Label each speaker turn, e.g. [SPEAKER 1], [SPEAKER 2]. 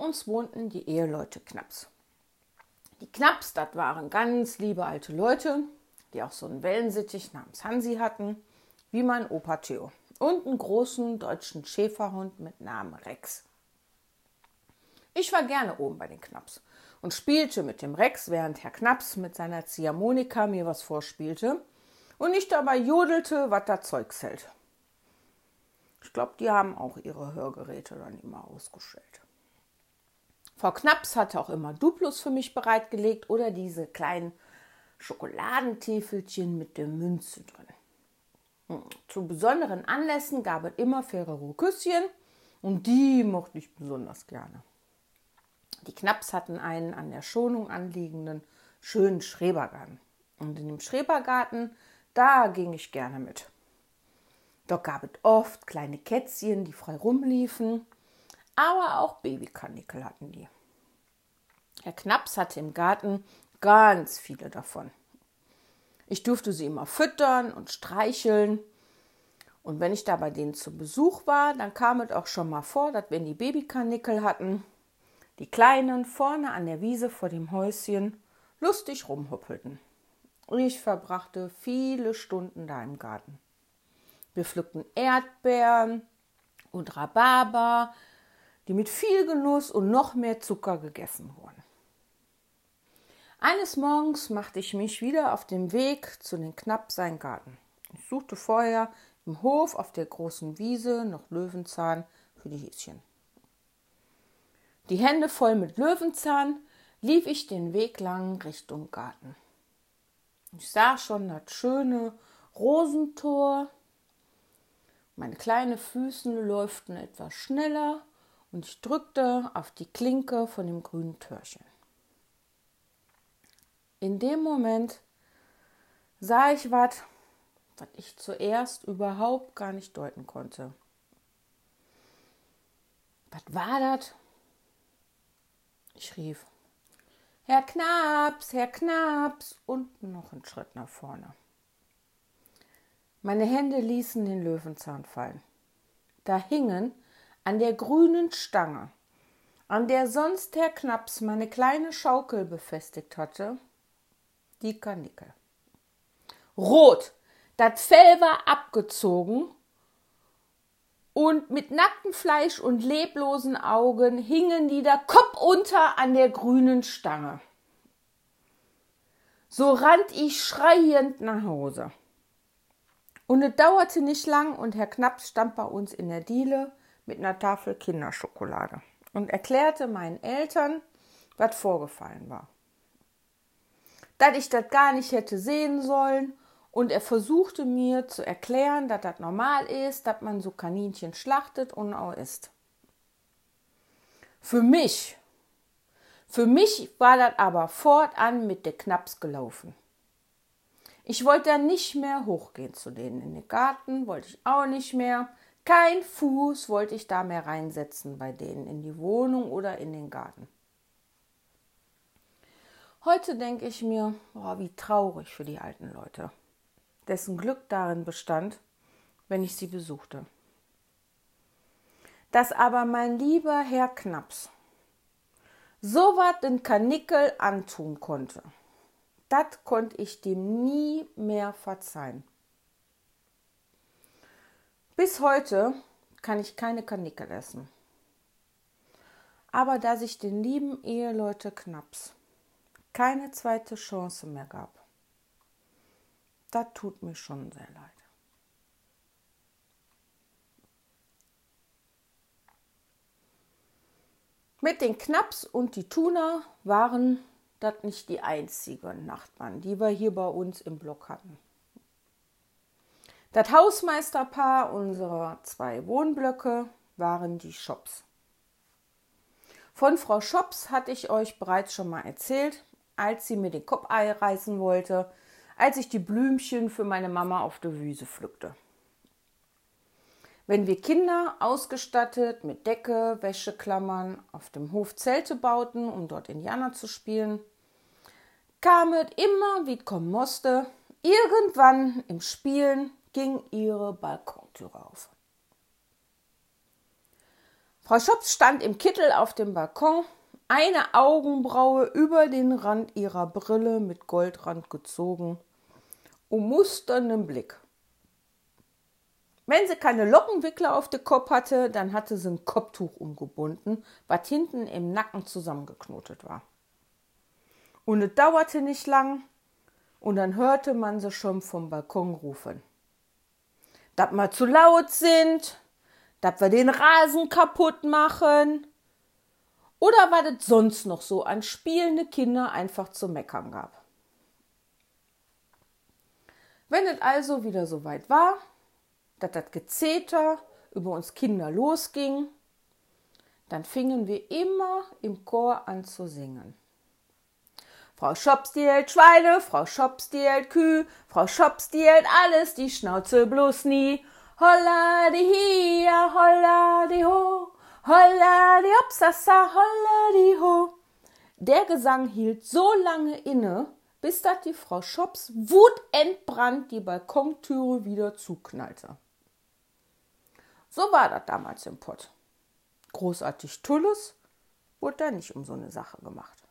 [SPEAKER 1] uns wohnten die Eheleute Knaps. Die Knaps, das waren ganz liebe alte Leute, die auch so einen Wellensittich namens Hansi hatten, wie mein Opa Theo. Und einen großen deutschen Schäferhund mit Namen Rex. Ich war gerne oben bei den Knaps und spielte mit dem Rex, während Herr Knaps mit seiner Ziehharmonika mir was vorspielte und ich dabei jodelte, was das Zeugs hält. Ich glaube, die haben auch ihre Hörgeräte dann immer ausgestellt. Frau Knaps hatte auch immer Duplos für mich bereitgelegt oder diese kleinen Schokoladentäfelchen mit der Münze drin. Zu besonderen Anlässen gab es immer Ferrero-Küsschen und die mochte ich besonders gerne. Die Knaps hatten einen an der Schonung anliegenden schönen Schrebergarten. Und in dem Schrebergarten, da ging ich gerne mit. Dort gab es oft kleine Kätzchen, die frei rumliefen, aber auch Babykanickel hatten die. Herr Knaps hatte im Garten ganz viele davon. Ich durfte sie immer füttern und streicheln. Und wenn ich da bei denen zu Besuch war, dann kam es auch schon mal vor, dass wenn die Babykanickel hatten, die Kleinen vorne an der Wiese vor dem Häuschen lustig rumhuppelten. Ich verbrachte viele Stunden da im Garten. Wir pflückten Erdbeeren und Rhabarber, die mit viel Genuss und noch mehr Zucker gegessen wurden. Eines Morgens machte ich mich wieder auf den Weg zu den Knaps seinen Garten. Ich suchte vorher im Hof auf der großen Wiese noch Löwenzahn für die Häschen. Die Hände voll mit Löwenzahn lief ich den Weg lang Richtung Garten. Ich sah schon das schöne Rosentor. Meine kleinen Füßen läuften etwas schneller und ich drückte auf die Klinke von dem grünen Türchen. In dem Moment sah ich was ich zuerst überhaupt gar nicht deuten konnte. Was war das? Ich rief, Herr Knaps und noch einen Schritt nach vorne. Meine Hände ließen den Löwenzahn fallen. Da hingen an der grünen Stange, an der sonst Herr Knaps meine kleine Schaukel befestigt hatte, die Kanickel. Rot, das Fell war abgezogen und mit nacktem Fleisch und leblosen Augen hingen die da kopfunter an der grünen Stange. So rannt ich schreiend nach Hause. Und es dauerte nicht lang und Herr Knaps stand bei uns in der Diele mit einer Tafel Kinderschokolade und erklärte meinen Eltern, was vorgefallen war. Dass ich das gar nicht hätte sehen sollen und er versuchte mir zu erklären, dass das normal ist, dass man so Kaninchen schlachtet und auch isst. Für mich war das aber fortan mit der Knaps gelaufen. Ich wollte dann nicht mehr hochgehen zu denen in den Garten, wollte ich auch nicht mehr. Kein Fuß wollte ich da mehr reinsetzen bei denen in die Wohnung oder in den Garten. Heute denke ich mir, wie traurig für die alten Leute, dessen Glück darin bestand, wenn ich sie besuchte. Dass aber mein lieber Herr Knaps so was den Kanickel antun konnte, das konnte ich dem nie mehr verzeihen. Bis heute kann ich keine Kanickel essen. Aber dass ich den lieben Eheleute Knaps keine zweite Chance mehr gab, das tut mir schon sehr leid. Mit den Knaps und die Tuner waren das nicht die einzigen Nachbarn, die wir hier bei uns im Block hatten. Das Hausmeisterpaar unserer 2 Wohnblöcke waren die Schops. Von Frau Schops hatte ich euch bereits schon mal erzählt, als sie mir den Kopf einreißen wollte, als ich die Blümchen für meine Mama auf der Wiese pflückte. Wenn wir Kinder ausgestattet mit Decke, Wäscheklammern auf dem Hof Zelte bauten, um dort Indianer zu spielen, kam es immer, wie es kommen musste. Irgendwann im Spielen ging ihre Balkontüre auf. Frau Schops stand im Kittel auf dem Balkon, eine Augenbraue über den Rand ihrer Brille mit Goldrand gezogen, musternden Blick. Wenn sie keine Lockenwickler auf den Kopf hatte, dann hatte sie ein Kopftuch umgebunden, was hinten im Nacken zusammengeknotet war. Und es dauerte nicht lang, und dann hörte man sie schon vom Balkon rufen. Dass wir zu laut sind, dass wir den Rasen kaputt machen oder was es sonst noch so an spielende Kinder einfach zu meckern gab. Wenn es also wieder so weit war, dass das Gezeter über uns Kinder losging, dann fingen wir immer im Chor an zu singen. Frau Schops, die hält Schweine, Frau Schops, die hält Kühe, Frau Schops, die hält alles, die Schnauze bloß nie. Holla die hia, holla die ho, holla die hopsasa, holla die ho. Der Gesang hielt so lange inne, bis dass die Frau Schops wutentbrannt die Balkontüre wieder zuknallte. So war das damals im Pott. Großartig Tolles wurde da nicht um so eine Sache gemacht.